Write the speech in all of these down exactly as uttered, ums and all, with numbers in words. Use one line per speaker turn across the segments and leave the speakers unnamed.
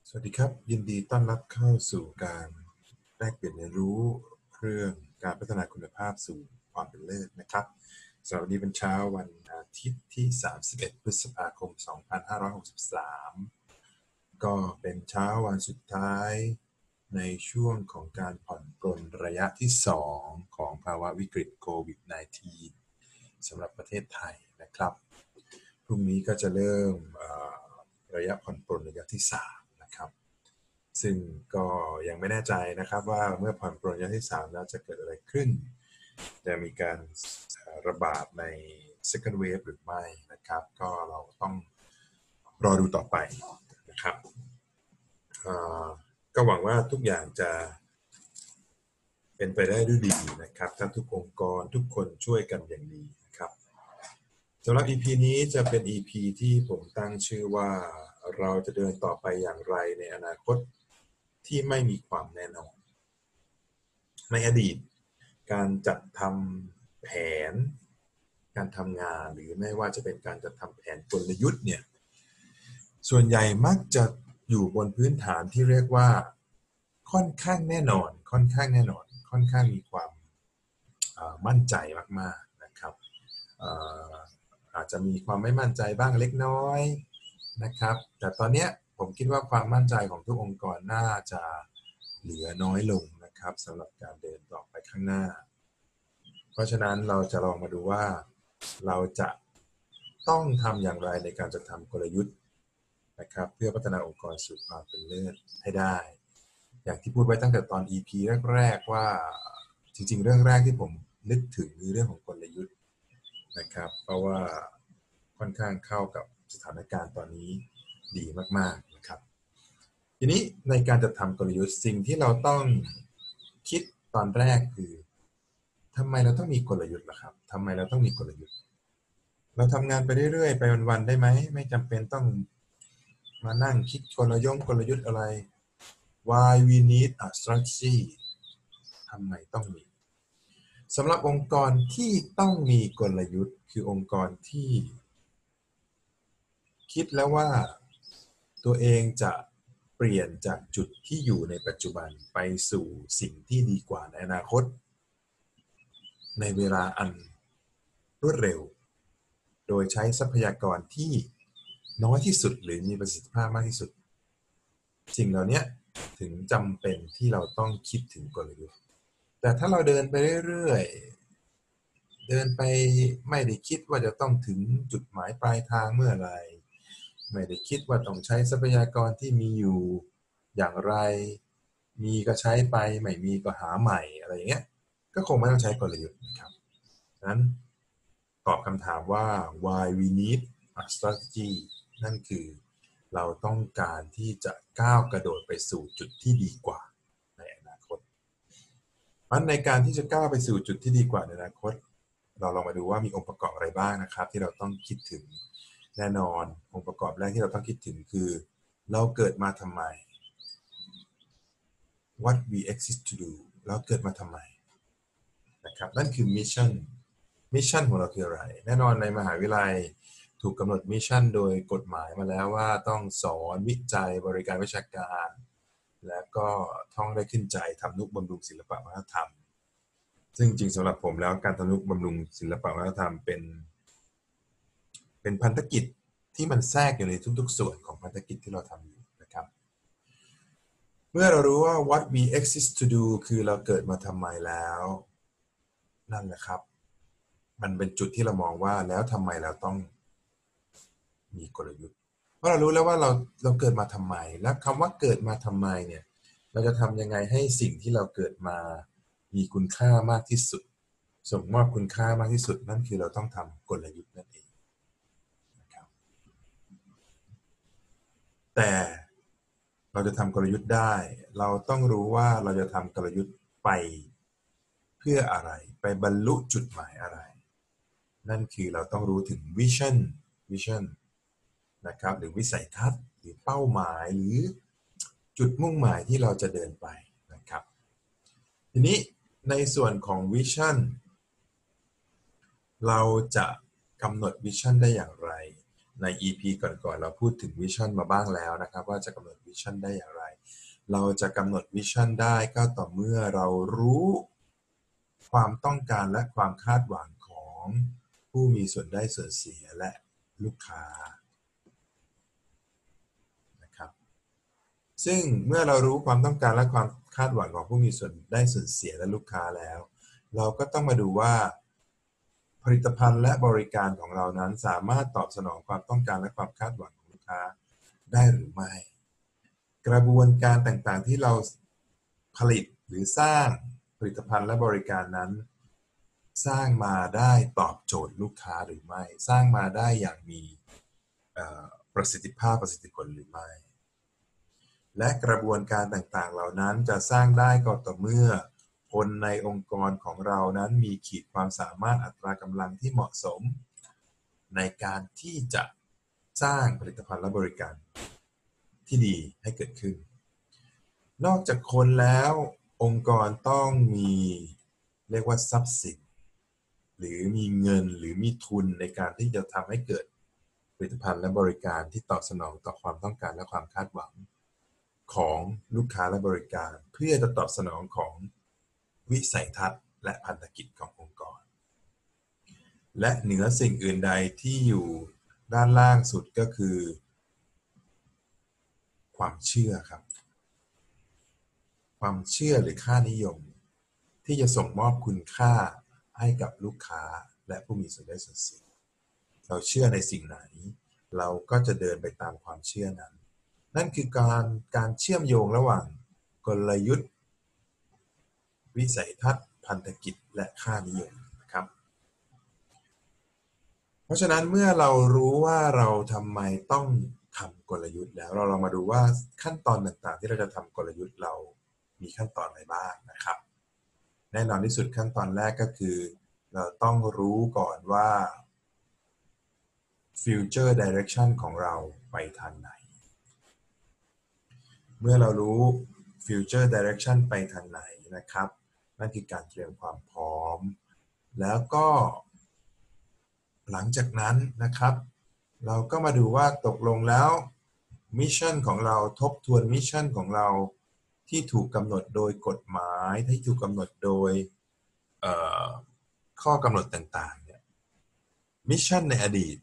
สวัสดีครับยินดีต้อนรับเข้าสู่การแลกเปลี่ยนเรียนรู้เรื่องการพัฒนาคุณภาพสู่ความเป็นเลิศนะครับสำหรับวันนี้เป็นเช้าวันอาทิตย์ที่สามสิบเอ็ดพฤษภาคมสองพันห้าร้อยหกสิบสามก็เป็นเช้าวันสุดท้ายในช่วงของการผ่อนปลนระยะที่สองของภาวะวิกฤตโควิด สิบเก้า สำหรับประเทศไทยนะครับพรุ่งนี้ก็จะเริ่มระยะผ่อนปลนระยะที่สามนะครับซึ่งก็ยังไม่แน่ใจนะครับว่าเมื่อผ่อนปลนระยะที่สามแล้วจะเกิดอะไรขึ้นจะมีการระบาดใน second wave หรือไม่นะครับก็เราต้องรอดูต่อไปนะครับก็หวังว่าทุกอย่างจะเป็นไปได้ด้วยดีนะครับถ้าทุกองค์กรทุกคนช่วยกันอย่างดีนะครับสำหรับ อี พี นี้จะเป็น อี พี ที่ผมตั้งชื่อว่าเราจะเดินต่อไปอย่างไรในอนาคตที่ไม่มีความแน่นอนในอดีตการจัดทำแผนการทำงานหรือไม่ว่าจะเป็นการจัดทำแผนกลยุทธ์เนี่ยส่วนใหญ่มักจะอยู่บนพื้นฐานที่เรียกว่าค่อนข้างแน่นอนค่อนข้างแน่นอนค่อนข้างมีความมั่นใจมากๆนะครับอาจจะมีความไม่มั่นใจบ้างเล็กน้อยนะครับแต่ตอนนี้ผมคิดว่าความมั่นใจของทุกองค์กรน่าจะเหลือน้อยลงนะครับสำหรับการเดินต่อไปข้างหน้าเพราะฉะนั้นเราจะลองมาดูว่าเราจะต้องทำอย่างไรในการจัดทำกลยุทธ์นะครับเพื่อพัฒนาองค์กรสู่ความเป็นเลิศให้ได้อย่างที่พูดไว้ตั้งแต่ตอน อี พี แรกๆว่าจริงๆเรื่องแรกที่ผมนึกถึงคือเรื่องของกลยุทธ์นะครับเพราะว่าค่อนข้างเข้ากับสถานการณ์ตอนนี้ดีมากๆนะครับทีนี้ในการจัดทำกลยุทธ์สิ่งที่เราต้องคิดตอนแรกคือทำไมเราต้องมีกลยุทธ์ล่ะครับทำไมเราต้องมีกลยุทธ์เราทำงานไปเรื่อยๆไปวันๆได้ไหมไม่จำเป็นต้องมานั่งคิดกลยุทธ์กลยุทธ์อะไร why we need a strategy ทำไมต้องมีสำหรับองค์กรที่ต้องมีกลยุทธ์คือองค์กรที่คิดแล้วว่าตัวเองจะเปลี่ยนจากจุดที่อยู่ในปัจจุบันไปสู่สิ่งที่ดีกว่าในอนาคตในเวลาอันรวดเร็วโดยใช้ทรัพยากรที่น้อยที่สุดหรือมีประสิทธิภาพมากที่สุดสิ่งเหล่านี้ถึงจำเป็นที่เราต้องคิดถึงกลยุทธ์แต่ถ้าเราเดินไปเรื่อยๆเดินไปไม่ได้คิดว่าจะต้องถึงจุดหมายปลายทางเมื่อไหร่ไม่ได้คิดว่าต้องใช้ทรัพยากรที่มีอยู่อย่างไรมีก็ใช้ไปไม่มีก็หาใหม่อะไรอย่างเงี้ยก็คงไม่ต้องใช้กลยุทธ์นะครับนั้นตอบคำถามว่า why we need a strategy นั่นคือเราต้องการที่จะก้าวกระโดดไปสู่จุดที่ดีกว่าในอนาคตเพราะในการที่จะก้าวไปสู่จุดที่ดีกว่าในอนาคตเราลองมาดูว่ามีองค์ประกอบอะไรบ้างนะครับที่เราต้องคิดถึงแน่นอนองค์ประกอบแรกที่เราต้องคิดถึงคือเราเกิดมาทำไม what we exist to do เราเกิดมาทำไมนะครับนั่นคือมิชชั่นมิชชั่นของเราคืออะไรแน่นอนในมหาวิทยาลัยถูกกำหนดมิชชั่นโดยกฎหมายมาแล้วว่าต้องสอนวิจัยบริการวิชาการและก็ท่องได้ขึ้นใจทำนุบำรุงศิลปะวัฒนธรรมซึ่งจริงสำหรับผมแล้วการทำนุบำรุงศิลปะวัฒนธรรมเป็นเป็นพันธกิจที่มันแทรกอยู่ในทุกๆส่วนของพันธกิจที่เราทำอยู่นะครับเมื่อเรารู้ว่า what we exist to do คือเราเกิดมาทำไมแล้วนั่นแหละครับมันเป็นจุดที่เรามองว่าแล้วทำไมเราต้องมีกลยุทธ์เพราะเรารู้แล้วว่าเราเราเกิดมาทำไมและคำว่าเกิดมาทำไมเนี่ยเราจะทำยังไงให้สิ่งที่เราเกิดมามีคุณค่ามากที่สุดส่งมอบคุณค่ามากที่สุดนั่นคือเราต้องทำกลยุทธ์นั่นเองนะครับแต่เราจะทำกลยุทธ์ได้เราต้องรู้ว่าเราจะทำกลยุทธ์ไปเพื่ออะไรไปบรรลุจุดหมายอะไรนั่นคือเราต้องรู้ถึงวิชั่นวิชั่นนะครับหรือวิสัยทัศน์หรือเป้าหมายหรือจุดมุ่งหมายที่เราจะเดินไปนะครับทีนี้ในส่วนของวิชั่นเราจะกำหนดวิชั่นได้อย่างไรใน อี พี ก่อนๆเราพูดถึงวิชั่นมาบ้างแล้วนะครับว่าจะกำหนดวิชั่นได้อย่างไรเราจะกำหนดวิชั่นได้ก็ต่อเมื่อเรารู้ความต้องการและความคาดหวังของผู้มีส่วนได้ส่วนเสียและลูกค้านะครับซึ่งเมื่อเรารู้ความต้องการและความคาดหวังของผู้มีส่วนได้ส่วนเสียและลูกค้าแล้วเราก็ต้องมาดูว่าผลิตภัณฑ์และบริการของเรานั้นสามารถตอบสนองความต้องการและความคาดหวังของลูกค้าได้หรือไม่กระบวนการต่างๆที่เราผลิตหรือสร้างผลิตภัณฑ์และบริการนั้นสร้างมาได้ตอบโจทย์ลูกค้าหรือไม่สร้างมาได้อย่างมีประสิทธิภาพประสิทธิผลหรือไม่และกระบวนการต่างๆเหล่านั้นจะสร้างได้ก็ต่อเมื่อคนในองค์กรของเรานั้นมีขีดความสามารถอัตรากำลังที่เหมาะสมในการที่จะสร้างผลิตภัณฑ์และบริการที่ดีให้เกิดขึ้นนอกจากคนแล้วองค์กรต้องมีเรียกว่าทรัพย์สินหรือมีเงินหรือมีทุนในการที่จะทำให้เกิดผลิตภัณฑ์และบริการที่ตอบสนองต่อความต้องการและความคาดหวังของลูกค้าและบริการเพื่อจะตอบสนองของวิสัยทัศน์และพันธกิจขององค์กรและเหนือสิ่งอื่นใดที่อยู่ด้านล่างสุดก็คือความเชื่อครับความเชื่อหรือค่านิยมที่จะส่งมอบคุณค่าให้กับลูกค้าและผู้มีส่วนได้ส่วนเสียเราเชื่อในสิ่งไหนเราก็จะเดินไปตามความเชื่อนั้นนั่นคือการการเชื่อมโยงระหว่างกลยุทธ์วิสัยทัศน์พันธกิจและค่านิยมนะครับเพราะฉะนั้นเมื่อเรารู้ว่าเราทำไมต้องทำกลยุทธ์แล้วเราเรามาดูว่าขั้นตอนต่างๆที่เราจะทำกลยุทธ์เรามีขั้นตอนอะไรบ้างนะครับแน่นอนที่สุดขั้นตอนแรกก็คือเราต้องรู้ก่อนว่า future direction ของเราไปทางไหนเมื่อเรารู้ future direction ไปทางไหนนะครับนั่นคือการเตรียมความพร้อมแล้วก็หลังจากนั้นนะครับเราก็มาดูว่าตกลงแล้วมิชชั่นของเราทบทวนมิชชั่นของเราที่ถูกกำหนดโดยกฎหมายที่ถูกกำหนดโดยข้อกำหนดต่างๆเนี่ยมิชชั่นในอดีต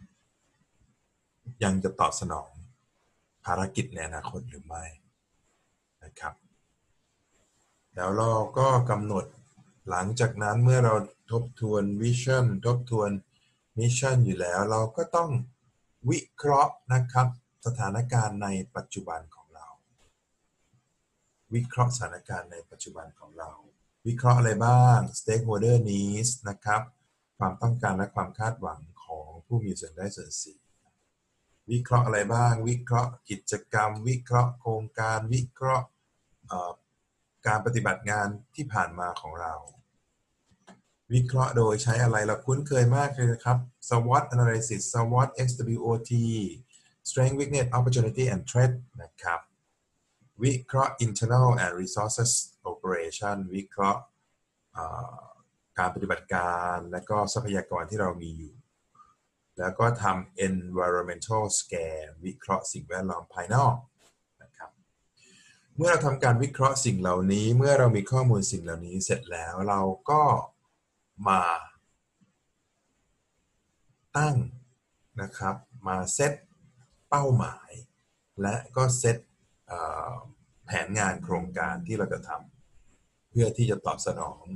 ยังจะตอบสนองภารกิจในอนาคตหรือไม่นะครับแล้วเราก็กำหนดหลังจากนั้นเมื่อเราทบทวนวิชั่นทบทวนมิชชั่นอยู่แล้วเราก็ต้องวิเคราะห์นะครับสถานการณ์ในปัจจุบันของเราวิเคราะห์สถานการณ์ในปัจจุบันของเราวิเคราะห์อะไรบ้าง stakeholder needs นะครับความต้องการและความคาดหวังของผู้มีส่วนได้ส่วนเสียวิเคราะห์อะไรบ้างวิเคราะห์กิจกรรมวิเคราะห์โครงการวิเคราะห์การปฏิบัติงานที่ผ่านมาของเราวิเคราะห์โดยใช้อะไรเราคุ้นเคยมากเลยนะครับ SWOT analysis SWOT เอ็กซ์ ดับเบิลยู โอ ที strength weakness opportunity and threat นะครับวิเคราะห์ internal and resources operation วิเคราะห์การปฏิบัติการและก็ทรัพยากรที่เรามีอยู่แล้วก็ทำ environmental scan วิเคราะห์สิ่งแวดล้อมภายนอกนะครับเมื่อเราทำการวิเคราะห์สิ่งเหล่านี้เมื่อเรามีข้อมูลสิ่งเหล่านี้เสร็จแล้วเราก็มาตั้งนะครับมาเซตเป้าหมายและก็เซตแผนงานโครงการที่เราจะทำเพื่อที่จะตอบสนอง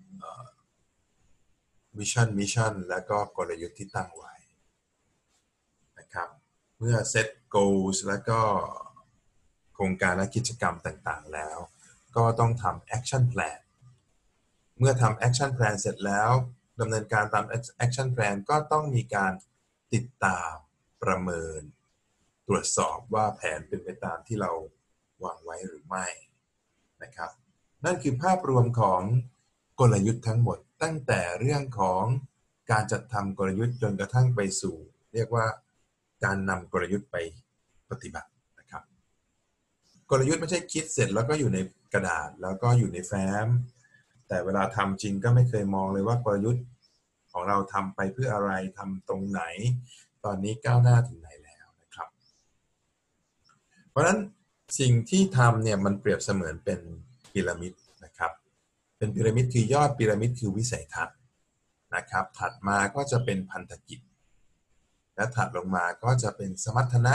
วิชั่นมิชชั่นและก็กลยุทธ์ที่ตั้งไว้นะครับเมื่อเซต goals และก็โครงการและกิจกรรมต่างๆแล้วก็ต้องทำ action plan เมื่อทำ action plan เสร็จแล้วดำเนินการตาม action plan ก็ต้องมีการติดตามประเมินตรวจสอบว่าแผนเป็นไปตามที่เราวางไว้หรือไม่นะครับนั่นคือภาพรวมของกลยุทธ์ทั้งหมดตั้งแต่เรื่องของการจัดทำกลยุทธ์จนกระทั่งไปสู่เรียกว่าการนำกลยุทธ์ไปปฏิบัตินะครับกลยุทธ์ไม่ใช่คิดเสร็จแล้วก็อยู่ในกระดาษแล้วก็อยู่ในแฟ้มแต่เวลาทำจริงก็ไม่เคยมองเลยว่ากลยุทธ์ของเราทำไปเพื่ออะไรทำตรงไหนตอนนี้ก้าวหน้าถึงไหนแล้วนะครับเพราะฉะนั้นสิ่งที่ทำเนี่ยมันเปรียบเสมือนเป็นพีระมิดนะครับเป็นพีระมิดคือยอดพีระมิดคือวิสัยทัศน์นะครับถัดมาก็จะเป็นพันธกิจและถัดลงมาก็จะเป็นสมรรถนะ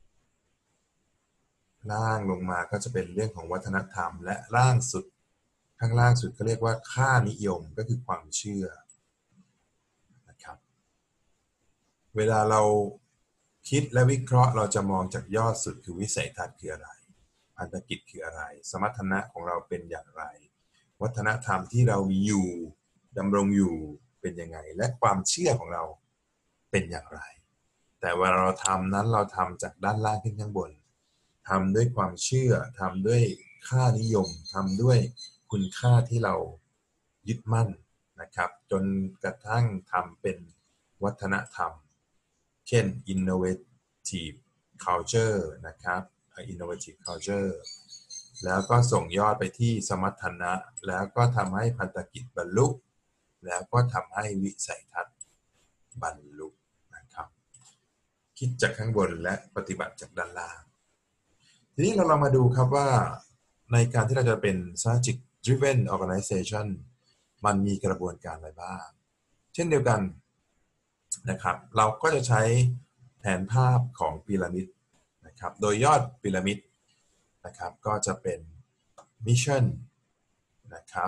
ล่างลงมาก็จะเป็นเรื่องของวัฒนธรรมและล่างสุดข้างล่างสุดก็เรียกว่าค่านิยมก็คือความเชื่อนะครับเวลาเราคิดและวิเคราะห์เราจะมองจากยอดสุดคือวิสัยทัศน์คืออะไรพันธกิจคืออะไรสมรรถนะของเราเป็นอย่างไรวัฒนธรรมที่เรามีอยู่ดำรงอยู่เป็นยังไงและความเชื่อของเราเป็นอย่างไรแต่เวลาเราทำนั้นเราทำจากด้านล่างขึ้นข้างบนทำด้วยความเชื่อทำด้วยค่านิยมทำด้วยคุณค่าที่เรายึดมั่นนะครับจนกระทั่งทำเป็นวัฒนธรรมเช่น innovative culture นะครับ innovative culture แล้วก็ส่งยอดไปที่สมรรถนะแล้วก็ทำให้พันธกิจบรรลุแล้วก็ทำให้วิสัยทัศน์บรรลุนะครับคิดจากข้างบนและปฏิบัติจากด้านล่างทีนี้เราลองมาดูครับว่าในการที่เราจะเป็น strategic driven organization มันมีกระบวนการอะไรบ้างเช่นเดียวกันนะครับเราก็จะใช้แผนภาพของพีระมิดนะครับโดยยอดพีระมิดนะครับก็จะเป็นมิชชั่นนะครับ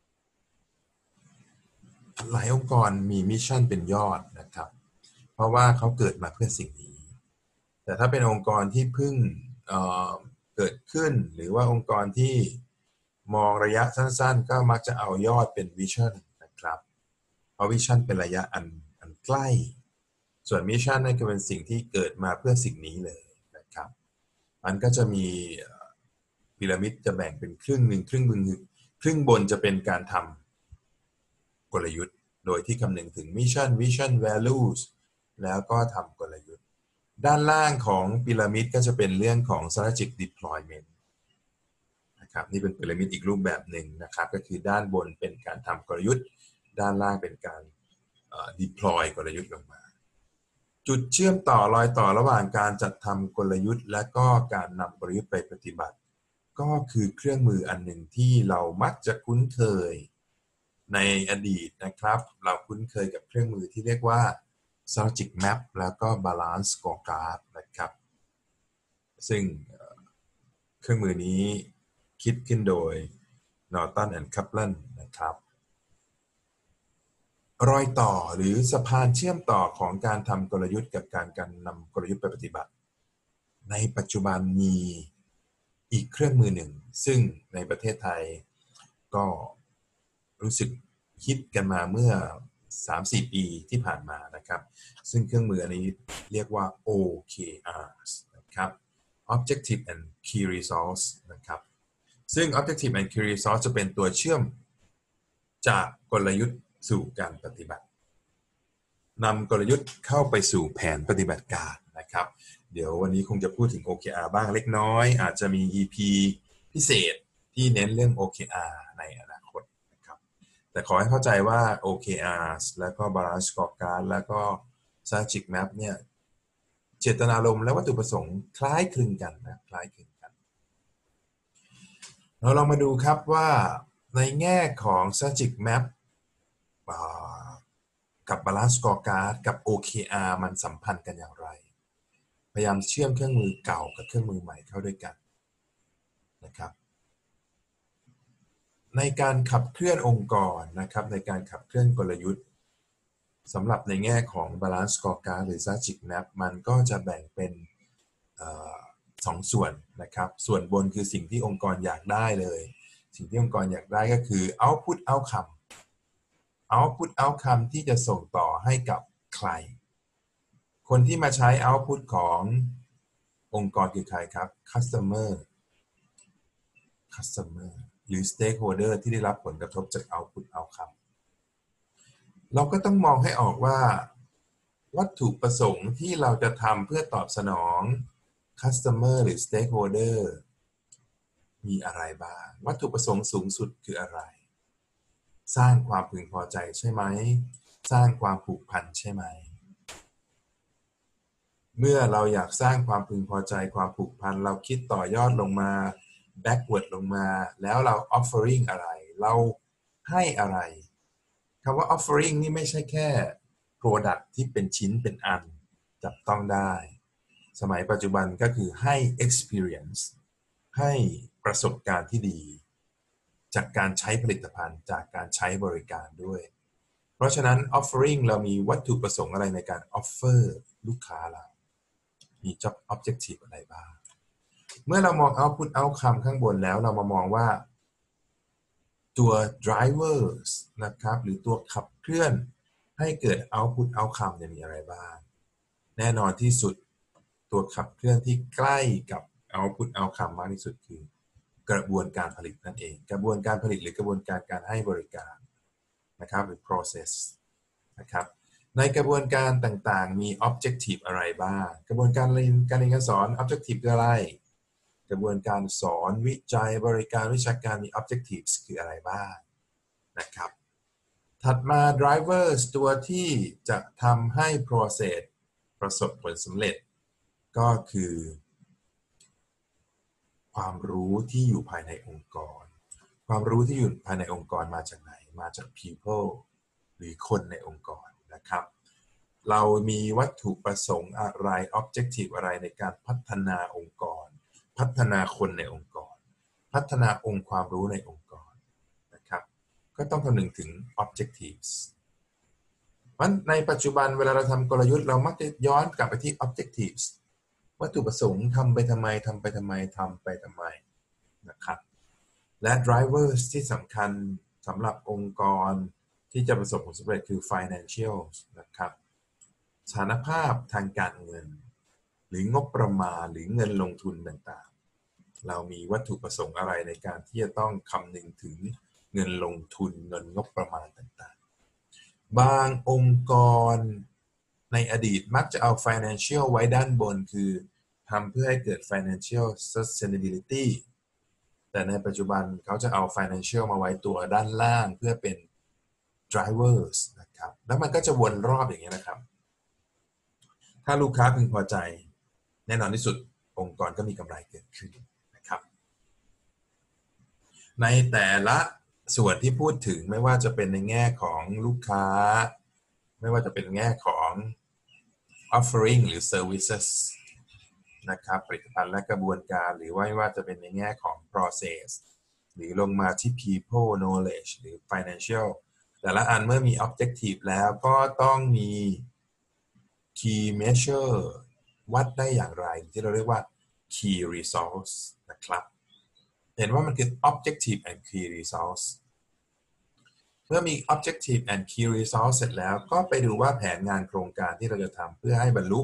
หลายองค์กรมีมิชชั่นเป็นยอดนะครับเพราะว่าเขาเกิดมาเพื่อสิ่งนี้แต่ถ้าเป็นองค์กรที่เพิ่งเอ่อเกิดขึ้นหรือว่าองค์กรที่มองระยะสั้นๆก็มักจะเอายอดเป็นวิชั่นนะครับเพราะวิชั่นเป็นระยะอันอันใกล้ส่วนมิชชั่นนั่นก็เป็นสิ่งที่เกิดมาเพื่อสิ่งนี้เลยนะครับมันก็จะมีพีระมิดจะแบ่งเป็นครึ่งหนึ่งครึ่งบนครึ่งบนจะเป็นการทำกลยุทธ์โดยที่คำนึงถึงมิชชั่นวิชั่น values แล้วก็ทำกลยุทธ์ด้านล่างของพีระมิดก็จะเป็นเรื่องของ strategic deployment นะครับนี่เป็นพีระมิดอีกรูปแบบหนึ่งนะครับก็คือด้านบนเป็นการทำกลยุทธ์ด้านล่างเป็นการ deploy กลยุทธ์ลงมาจุดเชื่อมต่อรอยต่อระหว่างการจัดทำกลยุทธ์และก็การนำกลยุทธ์ไปปฏิบัติก็คือเครื่องมืออันหนึ่งที่เรามักจะคุ้นเคยในอดีตนะครับเราคุ้นเคยกับเครื่องมือที่เรียกว่า strategic map แล้วก็ balance scorecard นะครับซึ่งเครื่องมือนี้คิดขึ้นโดย Norton and Kaplan นะครับรอยต่อหรือสะพานเชื่อมต่อของการทำกลยุทธ์กับการการนำกลยุทธ์ไปปฏิบัติในปัจจุบันมีอีกเครื่องมือหนึ่งซึ่งในประเทศไทยก็รู้สึกคิดกันมาเมื่อ สามถึงสี่ ปีที่ผ่านมานะครับซึ่งเครื่องมืออันนี้เรียกว่า โอ เค อาร์ นะครับ Objective and Key Results นะครับซึ่ง Objective and Key Results จะเป็นตัวเชื่อมจากกลยุทธ์สู่การปฏิบัตินำกลยุทธ์เข้าไปสู่แผนปฏิบัติการนะครับเดี๋ยววันนี้คงจะพูดถึง โอ เค อาร์ บ้างเล็กน้อยอาจจะมี อี พี พิเศษที่เน้นเรื่อง โอ เค อาร์ ในอนาคตนะครับแต่ขอให้เข้าใจว่า โอ เค อาร์ แล้วก็ Balance Scorecard แล้วก็ Strategic Map เนี่ยเจตนารมณ์และวัตถุประสงค์คล้ายคลึงกันนะคล้ายคลึงกันเราลองมาดูครับว่าในแง่ของ Strategic Map กับ Balance Scorecard กับ โอ เค อาร์ มันสัมพันธ์กันอย่างไรพยายามเชื่อมเครื่องมือเก่ากับเครื่องมือใหม่เข้าด้วยกันนะครับในการขับเคลื่อนองค์กรนะครับในการขับเคลื่อนกลยุทธ์สำหรับในแง่ของ Balance Scorecard หรือ Strategic Map มันก็จะแบ่งเป็นสองส่วนนะครับส่วนบนคือสิ่งที่องค์กรอยากได้เลยสิ่งที่องค์กรอยากได้ก็คือ Output Outcome Output Outcome ที่จะส่งต่อให้กับใครคนที่มาใช้ Output ขององค์กรคือใครครับ Customer Customer หรือ Stakeholder ที่ได้รับผลกระทบจาก Output Outcome เราก็ต้องมองให้ออกว่าวัตถุประสงค์ที่เราจะทำเพื่อตอบสนอง Customer หรือ Stakeholder มีอะไรบ้างวัตถุประสงค์สูงสุดคืออะไรสร้างความพึงพอใจใช่ไหมสร้างความผูกพันใช่ไหมเมื่อเราอยากสร้างความพึงพอใจความผูกพันเราคิดต่อยอดลงมา backward ลงมาแล้วเรา offering อะไรเราให้อะไรคำว่า offering นี่ไม่ใช่แค่ product ที่เป็นชิ้นเป็นอันจับต้องได้สมัยปัจจุบันก็คือให้ experience ให้ประสบการณ์ที่ดีจากการใช้ผลิตภัณฑ์จากการใช้บริการด้วยเพราะฉะนั้น offering เรามีวัตถุประสงค์อะไรในการ offer ลูกค้าเรามี job objective อะไรบ้างเมื่อเรามอง output outcome ข้างบนแล้วเรามามองว่าตัว drivers นะครับหรือตัวขับเคลื่อนให้เกิด output outcome เนี่ยมีอะไรบ้างแน่นอนที่สุดตัวขับเคลื่อนที่ใกล้กับ output outcome มากที่สุดคือกระบวนการผลิตนั่นเองกระบวนการผลิตหรือกระบวนการการให้บริการนะครับหรือ process นะครับในกระบวนการต่างๆมี objective อะไรบ้างกระบวนการเรียนการเรียนการสอน objective คืออะไรกระบวนการสอนวิจัยบริการวิชาการมี objectives คืออะไรบ้างนะครับถัดมา drivers ตัวที่จะทำให้ process ประสบผลสำเร็จก็คือความรู้ที่อยู่ภายในองค์กรความรู้ที่อยู่ภายในองค์กรมาจากไหนมาจาก people หรือคนในองค์กรนะครับเรามีวัตถุประสงค์อะไร objective อะไรในการพัฒนาองค์กรพัฒนาคนในองค์กรพัฒนาองค์ความรู้ในองค์กรนะครับก็ต้องคำนึงถึง objectives เพราะในปัจจุบันเวลาเราทำกลยุทธ์เรามักจะย้อนกลับไปที่ objectives วัตถุประสงค์ทำไปทำไมทำไปทำไมทำไปทำไมนะครับและ drivers ที่สำคัญสำหรับองค์กรที่จะประสบผลสำเร็จคือ financial นะครับสถานภาพทางการเงินหรืองบประมาณหรือเงินลงทุนต่างๆเรามีวัตถุประสงค์อะไรในการที่จะต้องคำนึงถึงเงินลงทุนเงินงบประมาณต่างๆบางองค์กรในอดีตมักจะเอา financial ไว้ด้านบนคือทำเพื่อให้เกิด financial sustainability แต่ในปัจจุบันเขาจะเอา financial มาไว้ตัวด้านล่างเพื่อเป็น drivers นะครับแล้วมันก็จะวนรอบอย่างนี้นะครับถ้าลูกค้าพึงพอใจแน่นอนที่สุดองค์กรก็มีกำไรเกิดขึ้นนะครับในแต่ละส่วนที่พูดถึงไม่ว่าจะเป็นในแง่ของลูกค้าไม่ว่าจะเป็นแง่ของ offering หรือ services นะครับผลิตภัณฑ์และกระบวนการหรือว่าไม่ว่าจะเป็นในแง่ของ process หรือลงมาที่ people knowledge หรือ financial แต่ละอันเมื่อมี objective แล้วก็ต้องมี key measure วัดได้อย่างไรที่เราเรียกว่า key results นะครับเห็นว่ามันคือ objective and key results เมื่อมี objective and key results เสร็จแล้วก็ไปดูว่าแผนงานโครงการที่เราจะทำเพื่อให้บรรลุ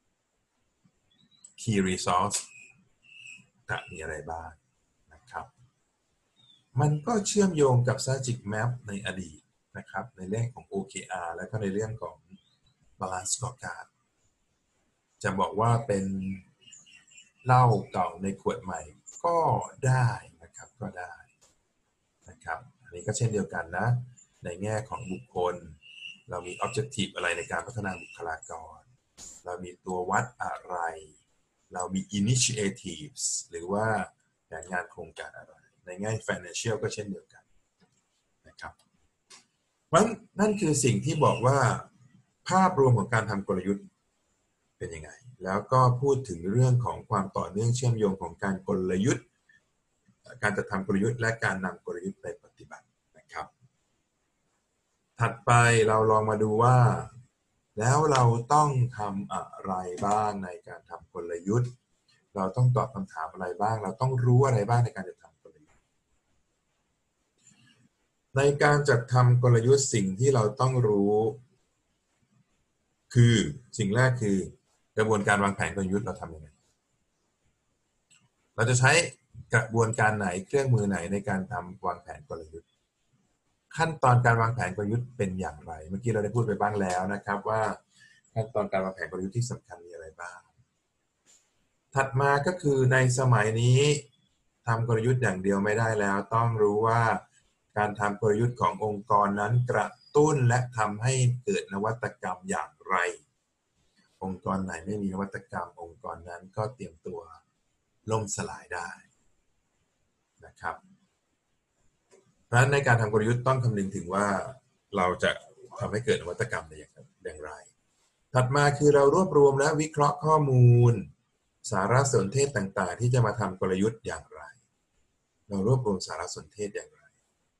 key results จะมีอะไรบ้างนะครับมันก็เชื่อมโยงกับ Strategic Map ในอดีตนะครับในเรื่องของ โอ เค อาร์ และก็ในเรื่องของ Balance Scorecard จะบอกว่าเป็นเหล้าเก่าในขวดใหม่ก็ได้นะครับก็ได้นะครับอันนี้ก็เช่นเดียวกันนะในแง่ของบุคคลเรามี objective อะไรในการพัฒนาบุคลากรเรามีตัววัดอะไรเรามี initiatives หรือว่าแผนงานโครงการอะไรในแง่ financial ก็เช่นเดียวกันนะครับเพราะนั่นคือสิ่งที่บอกว่าภาพรวมของการทำกลยุทธ์เป็นยังไงแล้วก็พูดถึงเรื่องของความต่อเนื่องเชื่อมโยงของการกลยุทธ์การจัดทำกลยุทธ์และการนำกลยุทธ์ไปปฏิบัตินะครับถัดไปเราลองมาดูว่าแล้วเราต้องทำอะไรบ้างในการทำกลยุทธ์เราต้องตอบคำถามอะไรบ้างเราต้องรู้อะไรบ้างในการจัดทำกลยุทธ์ในการจัดทำกลยุทธ์สิ่งที่เราต้องรู้คือสิ่งแรกคือกระบวนการวางแผนกลยุทธ์เราทำยังไงเราจะใช้กระบวนการไหนเครื่องมือไหนในการทำวางแผนกลยุทธ์ขั้นตอนการวางแผนกลยุทธ์เป็นอย่างไรเมื่อกี้เราได้พูดไปบ้างแล้วนะครับว่าขั้นตอนการวางแผนกลยุทธ์ที่สำคัญมีอะไรบ้างถัดมาก็คือในสมัยนี้ทำกลยุทธ์อย่างเดียวไม่ได้แล้วต้องรู้ว่าการทำกลยุทธ์ขององค์กรนั้นกระตุ้นและทำให้เกิดนวัตกรรมอย่างไรองค์กรไหนไม่มีนวัตกรรมองค์กรนั้นก็เตรียมตัวล่มสลายได้นะครับเพราะฉะนั้นในการทำกลยุทธ์ต้องคำนึงถึงว่าเราจะทำให้เกิดนวัตกรรมได้อย่างไรถัดมาคือเรารวบรวมและวิเคราะห์ข้อมูลสารสนเทศต่างๆที่จะมาทำกลยุทธ์อย่างไรเรารวบรวมสารสนเทศอย่างไร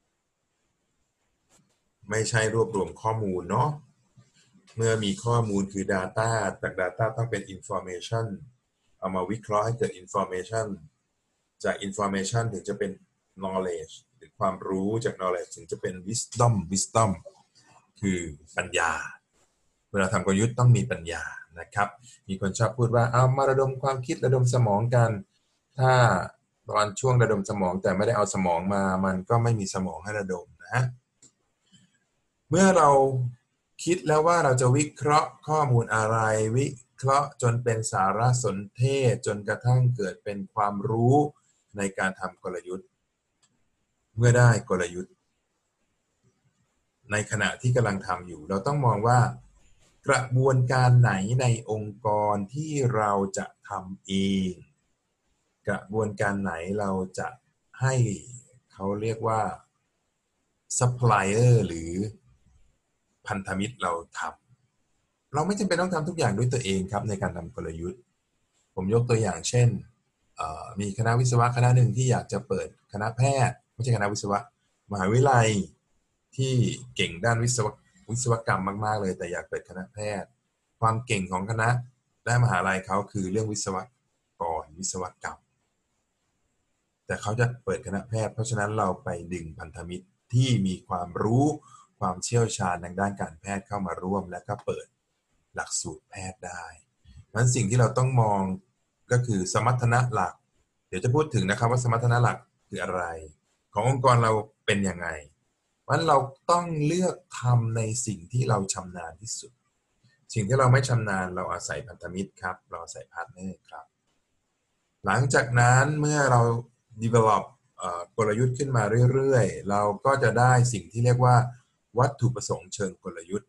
ไม่ใช่รวบรวมข้อมูลเนาะเมื่อมีข้อมูลคือ data จาก data ต้องเป็น information เอามาวิเคราะห์ให้เกิด information จาก information ถึงจะเป็น knowledge หรือความรู้จาก knowledge ถึงจะเป็น wisdom wisdom คือปัญญาเวลาทำกลยุทธ์ต้องมีปัญญานะครับมีคนชอบพูดว่าเอามาระดมความคิดระดมสมองกันถ้าตอนช่วงระดมสมองแต่ไม่ได้เอาสมองมามันก็ไม่มีสมองให้ระดมนะเมื่อเราคิดแล้วว่าเราจะวิเคราะห์ข้อมูลอะไรวิเคราะห์จนเป็นสารสนเทศจนกระทั่งเกิดเป็นความรู้ในการทำกลยุทธ์เมื่อได้กลยุทธ์ในขณะที่กำลังทำอยู่เราต้องมองว่ากระบวนการไหนในองค์กรที่เราจะทำเองกระบวนการไหนเราจะให้เขาเรียกว่าซัพพลายเออร์หรือพันธมิตรเราทำเราไม่จำเป็นต้องทำทุกอย่างด้วยตัวเองครับในการทำกลยุทธ์ผมยกตัวอย่างเช่นมีคณะวิศวะคณะหนึ่งที่อยากจะเปิดคณะแพทย์ไม่ใช่คณะวิศวะมหาวิทยาลัยที่เก่งด้านวิศววิศวกรรมมากๆเลยแต่อยากเปิดคณะแพทย์ความเก่งของคณะและมหาลัยเขาคือเรื่องวิศวกรวิศวกรรมแต่เขาจะเปิดคณะแพทย์เพราะฉะนั้นเราไปดึงพันธมิตรที่มีความรู้ความเชี่ยวชาญทางด้านการแพทย์เข้ามาร่วมและก็เปิดหลักสูตรแพทย์ได้นั้นสิ่งที่เราต้องมองก็คือสมรรถนะหลักเดี๋ยวจะพูดถึงนะครับว่าสมรรถนะหลักคืออะไรขององค์กรเราเป็นยังไงเพราะฉะนั้นเราต้องเลือกทำในสิ่งที่เราชำนาญที่สุดสิ่งที่เราไม่ชำนาญเราอาศัยพันธมิตรครับเราอาศัยพาร์ทเนอร์ครับหลังจากนั้นเมื่อเรา develop กลยุทธ์ขึ้นมาเรื่อยๆเราก็จะได้สิ่งที่เรียกว่าวัตถุประสงค์เชิงกลยุทธ์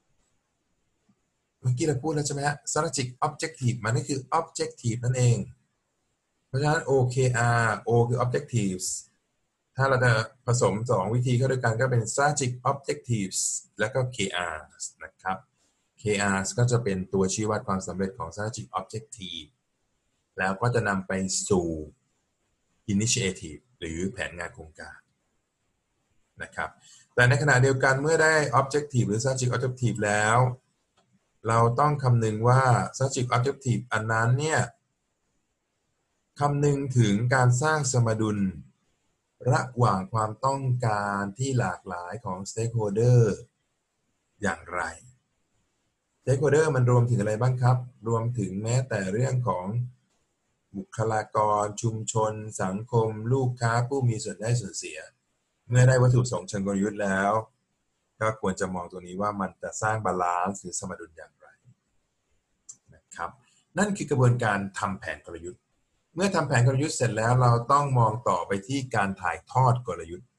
เมื่อกี้เราพูดแล้วใช่ไหมฮะ strategic objective มันก็คือ objective นั่นเองเพราะฉะนั้น โอ เค อาร์ O คือ objectives ถ้าเราจะผสมสองวิธีเข้าด้วยกันก็เป็น strategic objectives แล้วก็ เค อาร์ นะครับ เค อาร์ ก็จะเป็นตัวชี้วัดความสำเร็จของ strategic objective แล้วก็จะนำไปสู่ initiative หรือแผนงานโครงการนะครับแต่ในขณะเดียวกันเมื่อได้ objective หรือ strategic objective แล้วเราต้องคำนึงว่า strategic objective อันนั้นเนี่ยคำนึงถึงการสร้างสมดุลระหว่างความต้องการที่หลากหลายของ stakeholder อย่างไร stakeholder มันรวมถึงอะไรบ้างครับรวมถึงแม้แต่เรื่องของบุคลากรชุมชนสังคมลูกค้าผู้มีส่วนได้ส่วนเสียเมื่อได้วัตถุประสงค์เชิงกลยุทธ์แล้วก็ควรจะมองตัวนี้ว่ามันจะสร้างบาลานซ์หรือสมดุลอย่างไรนะครับนั่นคือกระบวนการทำแผนกลยุทธ์เมื่อทำแผนกลยุทธ์เสร็จแล้วเราต้องมองต่อไปที่การถ่ายทอดกลยุทธ์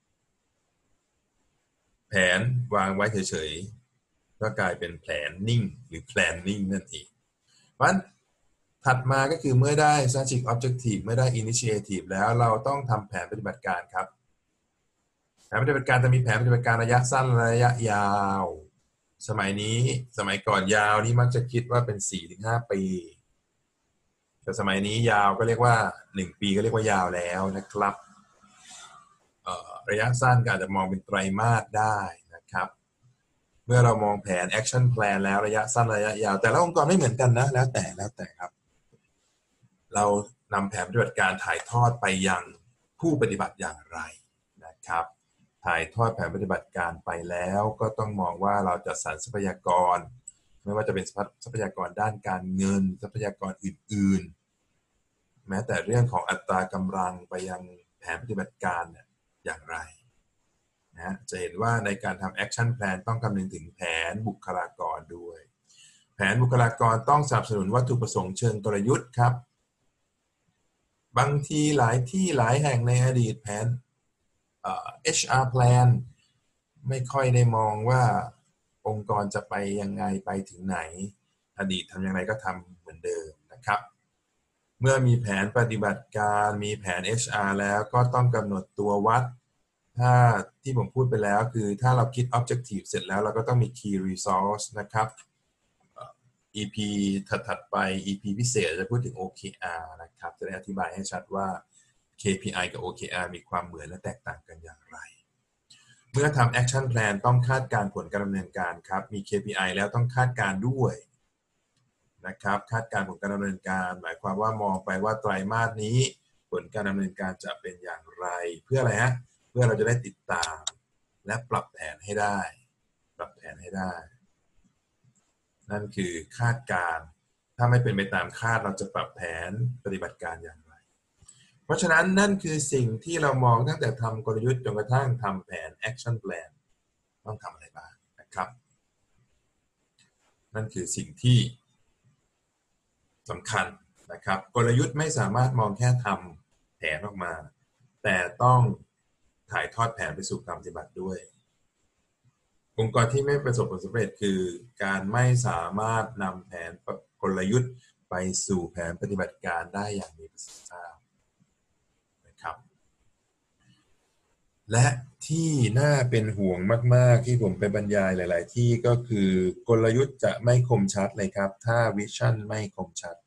แผนวางไว้เฉยๆก็กลายเป็นแผนนิ่งหรือ planning นั่นเองเพราะฉะนั้นถัดมาก็คือเมื่อได้ strategic objective เมื่อได้ initiative แล้วเราต้องทำแผนปฏิบัติการครับแผนปฏิบัติการจะมีแผนปฏิบัติการระยะสั้นระยะยาวสมัยนี้สมัยก่อนยาวนี่มักจะคิดว่าเป็น สี่ถึงห้า ปีแต่สมัยนี้ยาวก็เรียกว่าหนึ่งปีก็เรียกว่ายาวแล้วนะครับระยะสั้นก็อาจจะมองเป็นไตรมาสได้นะครับเมื่อเรามองแผน action plan แล้วระยะสั้นระยะยาวแต่ละองค์กรไม่เหมือนกันนะแล้วแต่แล้วแต่ครับเรานำแผนปฏิบัติการถ่ายทอดไปยังผู้ปฏิบัติอย่างไรนะครับถ่ายทอดแผนปฏิบัติการไปแล้วก็ต้องมองว่าเราจะสรรทรัพยากรไม่ว่าจะเป็นทรัพยากรด้านการเงินทรัพยากรอื่นๆแม้แต่เรื่องของอัตรากำลังไปยังแผนปฏิบัติการเนี่ยอย่างไรนะจะเห็นว่าในการทำ action plan ต้องคำนึงถึงแผนบุคลากรด้วยแผนบุคลากรต้องสนับสนุนวัตถุประสงค์เชิงกลยุทธ์ครับบางทีหลายที่หลายแห่งในอดีตแผน เอช อาร์ plan ไม่ค่อยได้มองว่าองค์กรจะไปยังไงไปถึงไหนอดีตทำอย่างไรก็ทำเหมือนเดิมนะครับเมื่อมีแผนปฏิบัติการมีแผน เอช อาร์ แล้วก็ต้องกำหนดตัววัดถ้าที่ผมพูดไปแล้วคือถ้าเราคิด objective เสร็จแล้วเราก็ต้องมี key resource นะครับ อี พี ถัดๆไป อี พี พิเศษจะพูดถึง โอ เค อาร์ นะครับจะได้อธิบายให้ชัดว่า เค พี ไอ กับ โอ เค อาร์ มีความเหมือนและแตกต่างกันอย่างไรเมื่อทำ action plan ต้องคาดการผลการดำเนินการครับมี เค พี ไอ แล้วต้องคาดการด้วยนะครับคาดการผลการดำเนินการหมายความว่ามองไปว่าไตรมาสนี้ผลการดำเนินการจะเป็นอย่างไรเพื่ออะไรฮะเพื่อเราจะได้ติดตามและปรับแผนให้ได้ปรับแผนให้ได้นั่นคือคาดการถ้าไม่เป็นไปตามคาดเราจะปรับแผนปฏิบัติการอย่างไรเพราะฉะนั้นนั่นคือสิ่งที่เรามองตั้งแต่ทำกลยุทธ์จนกระทั่งทำแผน action plan ต้องทำอะไรบ้างนะครับนั่นคือสิ่งที่สำคัญนะครับกลยุทธ์ไม่สามารถมองแค่ทำแผนออกมาแต่ต้องถ่ายทอดแผนไปสู่การปฏิบัติด้วยองค์กรที่ไม่ประสบผลสำเร็จคือการไม่สามารถนำแผนกลยุทธ์ไปสู่แผนปฏิบัติการได้อย่างมีประสิทธิภาพนะครับและที่น่าเป็นห่วงมากๆที่ผมไปบรรยายหลายๆที่ก็คือกลยุทธ์จะไม่คมชัดเลยครับถ้าวิชั่นไม่คมชัด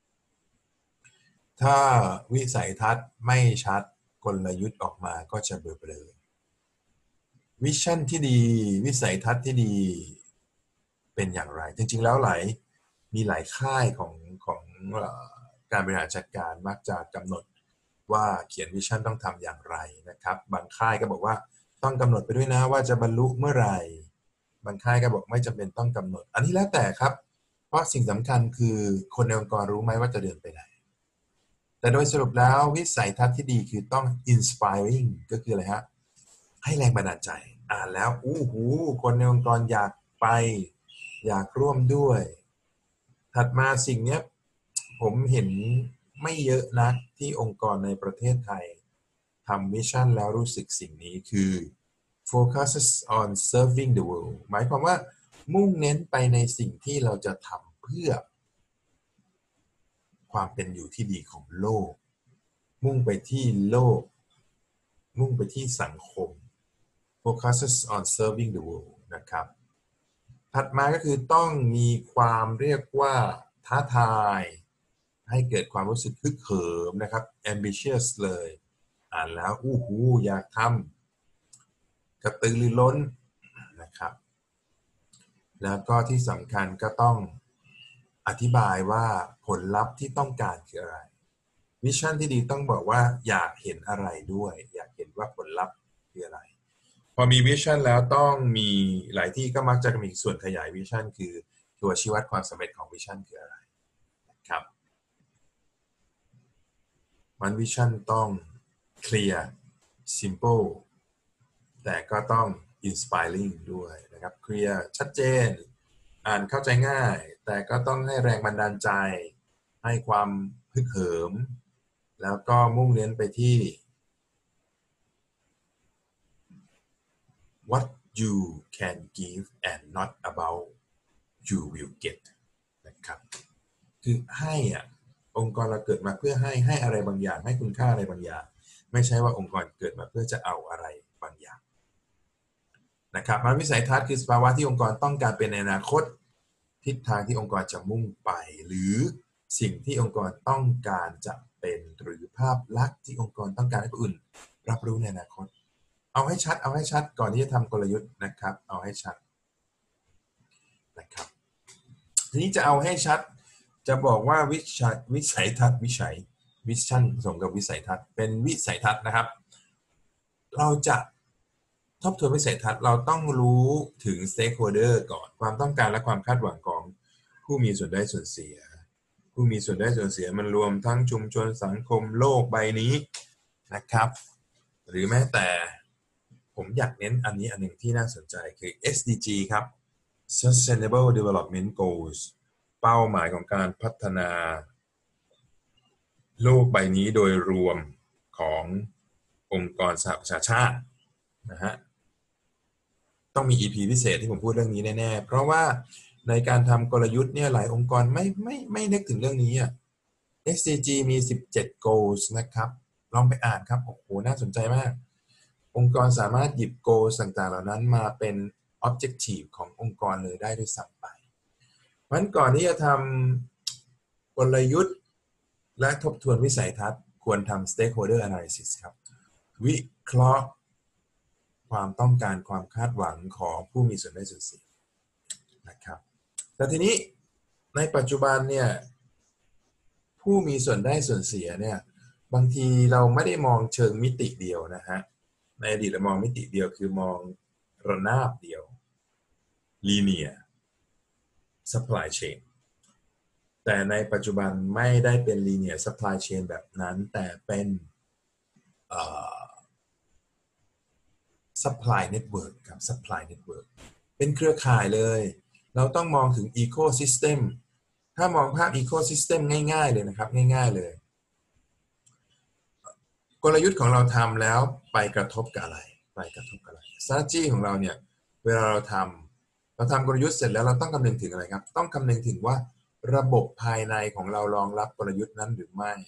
ถ้าวิสัยทัศน์ไม่ชัดกลยุทธ์ออกมาก็จะเบลอๆวิชั่นที่ดีวิสัยทัศน์ที่ดีเป็นอย่างไรจริงๆแล้วหลายมีหลายค่ายของของการบริหารจัดการมักจะกำหนดว่าเขียนวิชั่นต้องทำอย่างไรนะครับบางค่ายก็บอกว่าต้องกำหนดไปด้วยนะว่าจะบรรลุเมื่อไหร่บางค่ายก็บอกไม่จำเป็นต้องกำหนดอันนี้แล้วแต่ครับเพราะสิ่งสำคัญคือคนในองค์กรรู้ไหมว่าจะเดินไปไหนแต่โดยสรุปแล้ววิสัยทัศน์ที่ดีคือต้อง inspiring ก็คืออะไรฮะให้แรงบันดาลใจอ่านแล้วอู้หูคนในองค์กรอยากไปอยากร่วมด้วยถัดมาสิ่งนี้ผมเห็นไม่เยอะนักที่องค์กรในประเทศไทยทำมิชชั่นแล้วรู้สึกสิ่งนี้คือ focuses on serving the world หมายความว่ามุ่งเน้นไปในสิ่งที่เราจะทำเพื่อความเป็นอยู่ที่ดีของโลกมุ่งไปที่โลกมุ่งไปที่สังคม focuses on serving the world นะครับถัดมาก็คือต้องมีความเรียกว่าท้าทายให้เกิดความรู้สึกฮึกเหิมนะครับ ambitious เลยอ่านแล้วอู้หูอยากทำกระตือรือร้นนะครับแล้วก็ที่สำคัญก็ต้องอธิบายว่าผลลัพธ์ที่ต้องการคืออะไรวิชั่นที่ดีต้องบอกว่าอยากเห็นอะไรด้วยอยากเห็นว่าผลลัพธ์คืออะไรพอมีวิชั่นแล้วต้องมีหลายที่ก็มักจะมีส่วนขยายวิชั่นคือตัวชี้วัดความสำเร็จของวิชั่นคืออะไรครับมันวิชั่นต้อง clear simple แต่ก็ต้อง inspiring ด้วยนะครับ clear ชัดเจนอ่านเข้าใจง่ายแต่ก็ต้องให้แรงบันดาลใจให้ความฮึกเหิมแล้วก็มุ่งเน้นไปที่ what you can give and not about you will get นะครับคือให้อ่ะองค์กรเราเกิดมาเพื่อให้ให้อะไรบางอย่างให้คุณค่าอะไรบางอย่างไม่ใช่ว่าองค์กรเกิดมาเพื่อจะเอาอะไรบางอย่างนะครับมันวิสัยทัศน์คือสภาวะที่องค์กรต้องการเป็นในอนาคตทิศทางที่องค์กรจะมุ่งไปหรือสิ่งที่องค์กรต้องการจะเป็นหรือภาพลักษณ์ที่องค์กรต้องการให้ผู้อื่นรับรู้ในอนาคตเอาให้ชัดเอาให้ชัดก่อนที่จะทำกลยุทธ์นะครับเอาให้ชัดนะครับทีนี้จะเอาให้ชัดจะบอกว่าวิชัยวิสัยทัศน์วิชัยวิชั่นผสมกับวิสัยทัศน์เป็นวิสัยทัศน์นะครับเราจะทบทวนวิสัยทัศน์เราต้องรู้ถึง stakeholder ก่อนความต้องการและความคาดหวังของผู้มีส่วนได้ส่วนเสียผู้มีส่วนได้ส่วนเสียมันรวมทั้งชุมชนสังคมโลกใบนี้นะครับหรือแม้แต่ผมอยากเน้นอันนี้อันหนึ่งที่น่าสนใจคือ เอส ดี จี ครับ Sustainable Development Goals เป้าหมายของการพัฒนาโลกใบนี้โดยรวมขององค์กรสหประชาชาตินะฮะต้องมี อี พี พิเศษที่ผมพูดเรื่องนี้แน่ๆเพราะว่าในการทำกลยุทธ์เนี่ยหลายองค์กรไม่ไม่ไม่นึกถึงเรื่องนี้อ่ะ เอส ซี จี มีสิบเจ็ด goals นะครับลองไปอ่านครับโอ้โหน่าสนใจมากองค์กรสามารถหยิบ goals ต่างๆเหล่านั้นมาเป็น objective ขององค์กรเลยได้ด้วยซ้ำไปเพราะฉะนั้นก่อนที่จะทำกลยุทธ์และทบทวนวิสัยทัศน์ควรทำ stakeholder analysis ครับวิเคราะห์ความต้องการความคาดหวังของผู้มีส่วนได้ส่วนเสียนะครับแต่ทีนี้ในปัจจุบันเนี่ยผู้มีส่วนได้ส่วนเสียเนี่ยบางทีเราไม่ได้มองเชิงมิติเดียวนะฮะในอดีตเรามองมิติเดียวคือมองระนาบเดียว linear supply chain แต่ในปัจจุบันไม่ได้เป็น linear supply chain แบบนั้นแต่เป็น supply network ครับ supply network เป็นเครือข่ายเลยเราต้องมองถึง ecosystem ถ้ามองภาพ ecosystem ง่ายๆเลยนะครับง่ายๆเลยกลยุทธ์ของเราทำแล้วไปกระทบกับอะไรไปกระทบกับอะไร strategy ของเราเนี่ยเวลาเราทำเราทำกลยุทธ์เสร็จแล้วเราต้องคำนึงถึงอะไรครับต้องคำนึงถึงว่าระบบภายในของเรารองรับกลยุทธ์นั้นหรือไม่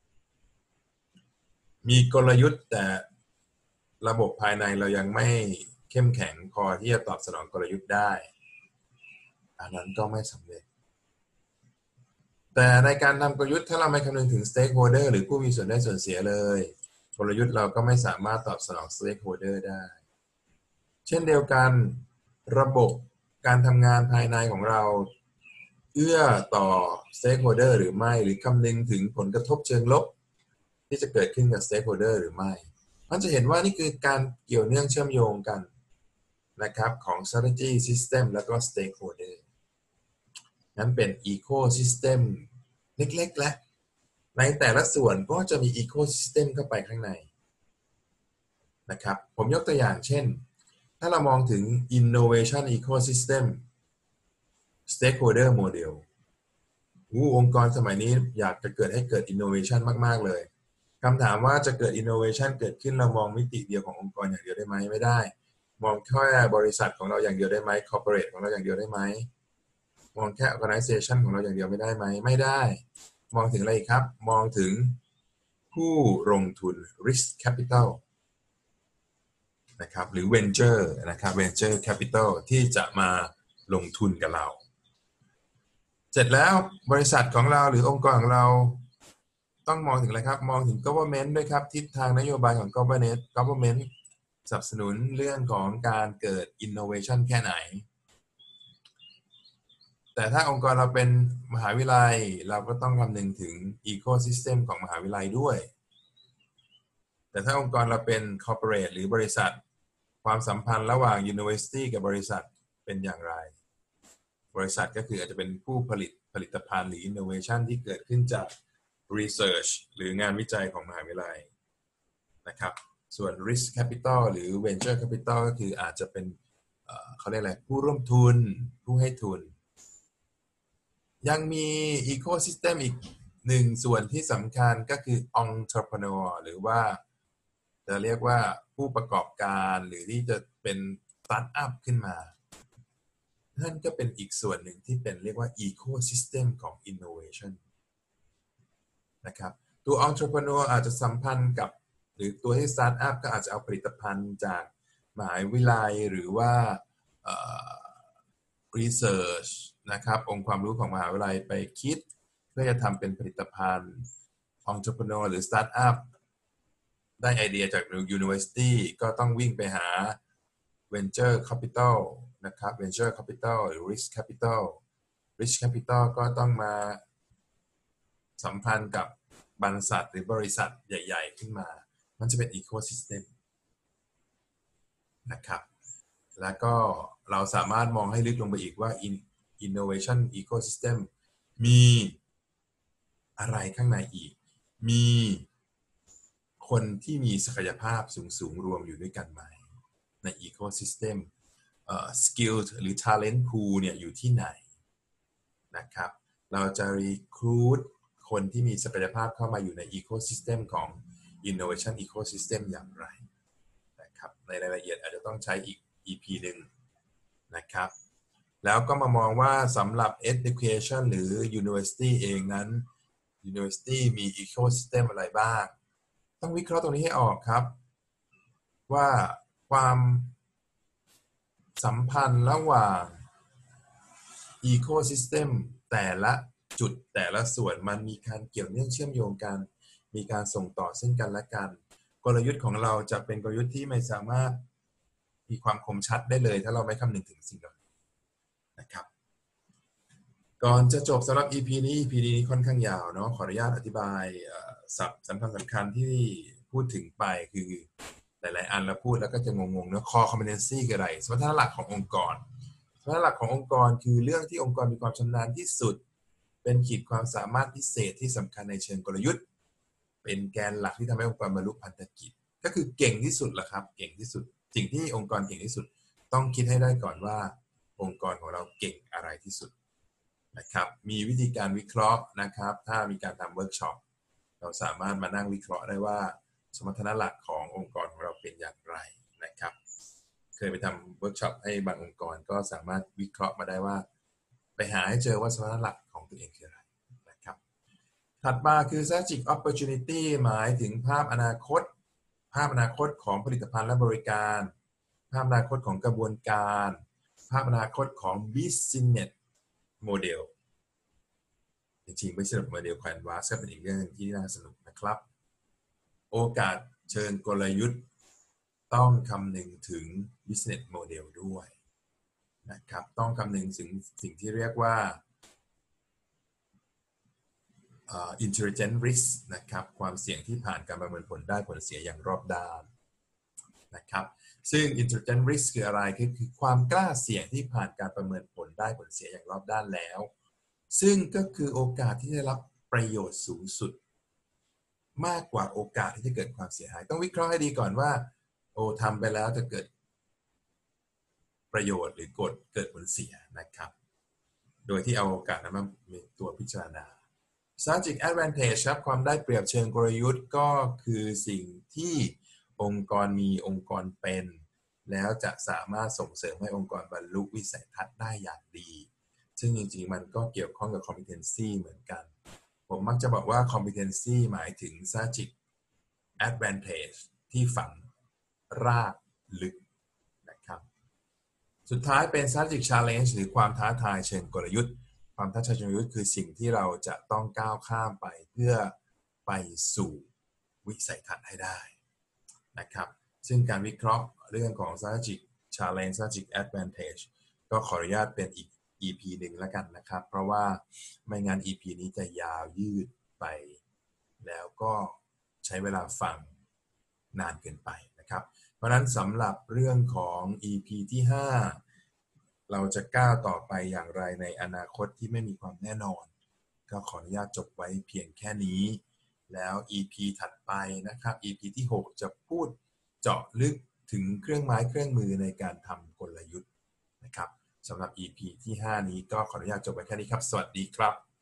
มีกลยุทธ์แต่ระบบภายในเรายังไม่เข้มแข็งพอที่จะตอบสนองกลยุทธ์ได้อันนั้นก็ไม่สำเร็จแต่ในการทำกลยุทธ์ถ้าเราไม่คำนึงถึง stakeholder หรือผู้มีส่วนได้ส่วนเสียเลยกลยุทธ์เราก็ไม่สามารถตอบสนอง stakeholder ได้เช่นเดียวกันระบบการทำงานภายในของเราเอื้อต่อ stakeholder หรือไม่หรือคำนึงถึงผลกระทบเชิงลบที่จะเกิดขึ้นกับ stakeholder หรือไม่มันจะเห็นว่านี่คือการเกี่ยวเนื่องเชื่อมโยงกันนะครับของ strategy system แล้วก็ stakeholder นั้นเป็น ecosystem เล็กๆและในแต่ละส่วนก็จะมี ecosystem เข้าไปข้างในนะครับผมยกตัวอย่างเช่นถ้าเรามองถึง innovation ecosystem stakeholder model อู้องค์กรสมัยนี้อยากจะเกิดให้เกิด innovation มากๆเลยคำถามว่าจะเกิด innovation เกิดขึ้นเรามองมิติเดียวขององค์กรอย่างเดียวได้ไหมไม่ได้มองแค่บริษัทของเราอย่างเดียวได้ไหม corporate ของเราอย่างเดียวได้ไหมมองแค่ organization ของเราอย่างเดียวไม่ได้ไหมไม่ได้มองถึงอะไรครับมองถึงผู้ลงทุน risk capital นะครับหรือ venture นะครับ venture capital ที่จะมาลงทุนกับเราเสร็จแล้วบริษัทของเราหรือองค์กรของเราต้องมองถึงอะไรครับมองถึง government ด้วยครับทิศทางนโยบายของ government government สนับสนุนเรื่องของการเกิด innovation แค่ไหนแต่ถ้าองค์กรเราเป็นมหาวิทยาลัยเราก็ต้องคำนึงถึง ecosystem ของมหาวิทยาลัยด้วยแต่ถ้าองค์กรเราเป็น corporate หรือบริษัทความสัมพันธ์ระหว่าง university กับบริษัทเป็นอย่างไรบริษัทก็คืออาจจะเป็นผู้ผลิตผลิตภัณฑ์หรือ innovation ที่เกิดขึ้นจาก research หรืองานวิจัยของมหาวิทยาลัยนะครับส่วน risk capital หรือ venture capital ก็คืออาจจะเป็นเขาเรียกอะไรผู้ร่วมทุนผู้ให้ทุนยังมี ecosystem อีกหนึ่งส่วนที่สำคัญก็คือ entrepreneur หรือว่าจะเรียกว่าผู้ประกอบการหรือที่จะเป็น startup ขึ้นมานั่นก็เป็นอีกส่วนหนึ่งที่เป็นเรียกว่า ecosystem ของ innovation นะครับตัว entrepreneur อาจจะสัมพันธ์กับหรือตัวที่ startup ก็อาจจะเอาผลิตภัณฑ์จากมหาวิทยาลัยหรือว่า research นะครับองค์ความรู้ของมหาวิทยาลัยไปคิดเพื่อจะทำเป็นผลิตภัณฑ์ entrepreneur หรือ startup ได้ไอเดียจาก university ก็ต้องวิ่งไปหา venture capital นะครับ venture capital หรือ risk capital risk capital ก็ต้องมาสัมพันธ์กับบริษัทหรือบริษัทใหญ่ๆขึ้นมามันจะเป็น ecosystem นะครับแล้วก็เราสามารถมองให้ลึกลงไปอีกว่า innovation ecosystem มีอะไรข้างในอีกมีคนที่มีศักยภาพสูงๆรวมอยู่ด้วยกันไหมใน ecosystem เอ่อ skilled หรือ talent pool เนี่ยอยู่ที่ไหนนะครับเราจะ recruit คนที่มีศักยภาพเข้ามาอยู่ใน ecosystem ของ innovation ecosystem อย่างไรนะครับในรายละเอียดอาจจะต้องใช้อีก อี พี หนึ่งนะครับแล้วก็มามองว่าสำหรับ education หรือ university เองนั้น university มี ecosystem อะไรบ้างต้องวิเคราะห์ตรงนี้ให้ออกครับว่าความสัมพันธ์ระหว่าง ecosystem แต่ละจุดแต่ละส่วนมันมีการเกี่ยวเนื่องเชื่อมโยงกันมีการส่งต่อซึ่งกันและกันกลยุทธ์ของเราจะเป็นกลยุทธ์ที่ไม่สามารถมีความคมชัดได้เลยถ้าเราไม่คำนึงถึงสิ่งเหล่านี้นะครับก่อนจะจบสำหรับ อี พี นี้ อี พี นี้ค่อนข้างยาวเนาะขออนุญาตอธิบายศัพท์สำคัญสำคัญที่พูดถึงไปคือหลายๆอันแล้วพูดแล้วก็จะงงๆเนาะ core competency คืออะไรสมรรถนะหลักขององค์กรสมรรถนะหลักขององค์กรคือเรื่องที่องค์กรมีความชำนาญที่สุดเป็นขีดความสามารถพิเศษที่สำคัญในเชิงกลยุทธ์เป็นแกนหลักที่ทำให้องค์กรบรรลุพันธกิจก็คือเก่งที่สุดแหละครับเก่งที่สุดสิ่งที่องค์กรเก่งที่สุดต้องคิดให้ได้ก่อนว่าองค์กรของเราเก่งอะไรที่สุดนะครับมีวิธีการวิเคราะห์นะครับถ้ามีการทำเวิร์กช็อปเราสามารถมานั่งวิเคราะห์ได้ว่าสมรรถนะหลักขององค์กรของเราเป็นอย่างไรนะครับเคยไปทำเวิร์กช็อปให้บางองค์กรก็สามารถวิเคราะห์มาได้ว่าไปหาให้เจอว่าสมรรถนะหลักของตัวเองคืออะไรนะครับถัดมาคือ strategic opportunity หมายถึงภาพอนาคตภาพอนาคตของผลิตภัณฑ์และบริการภาพอนาคตของกระบวนการภาพอนาคตของ business model จริงๆ business model canvas ก็เป็นอีกเรื่องที่น่าสนุกนะครับโอกาสเชิญกลยุทธ์ต้องคำนึงถึง business model ด้วยนะครับต้องคำนึงถึงสิ่งที่เรียกว่า uh, intelligent risk นะครับความเสี่ยงที่ผ่านการประเมินผลได้ผลเสียอย่างรอบด้านนะครับซึ่ง intelligent risk คืออะไรคือคือความกล้าเสี่ยงที่ผ่านการประเมินผลได้ผลเสียอย่างรอบด้านแล้วซึ่งก็คือโอกาสที่ได้รับประโยชน์สูงสุดมากกว่าโอกาสที่จะเกิดความเสียหายต้องวิเคราะห์ให้ดีก่อนว่าโอ้ทำไปแล้วจะเกิดประโยชน์หรือกดเกิดผลเสียนะครับโดยที่เอาโอกาสนั้นมาเป็นตัวพิจารณา strategic advantage ครับความได้เปรียบเชิงกลยุทธ์ก็คือสิ่งที่องค์กรมีองค์กรเป็นแล้วจะสามารถส่งเสริมให้องค์กรบรรลุวิสัยทัศน์ได้อย่างดีซึ่งจริงๆมันก็เกี่ยวข้องกับ competency เหมือนกันผมมักจะบอกว่า competency หมายถึง strategic advantage ที่ฝังรากลึกนะครับสุดท้ายเป็น strategic challenge หรือความท้าทายเชิงกลยุทธ์ความท้าทายเชิงกลยุทธ์คือสิ่งที่เราจะต้องก้าวข้ามไปเพื่อไปสู่วิสัยทัศน์ให้ได้นะครับซึ่งการวิเคราะห์เรื่องของ strategic challenge strategic advantage ก็ขออนุญาตเป็นอีก อี พี หนึ่งแล้วกันนะครับเพราะว่าไม่งั้น อี พี นี้จะยาวยืดไปแล้วก็ใช้เวลาฟังนานเกินไปนะครับเพราะนั้นสำหรับเรื่องของ อี พี ที่ห้าเราจะก้าวต่อไปอย่างไรในอนาคตที่ไม่มีความแน่นอนก็ขออนุญาตจบไว้เพียงแค่นี้แล้ว อี พี ถัดไปนะครับ อี พี ที่หกจะพูดเจาะลึกถึงเครื่องไม้เครื่องมือในการทำกลยุทธ์นะครับสำหรับ อี พี ที่ห้านี้ก็ขออนุญาตจบไว้แค่นี้ครับสวัสดีครับ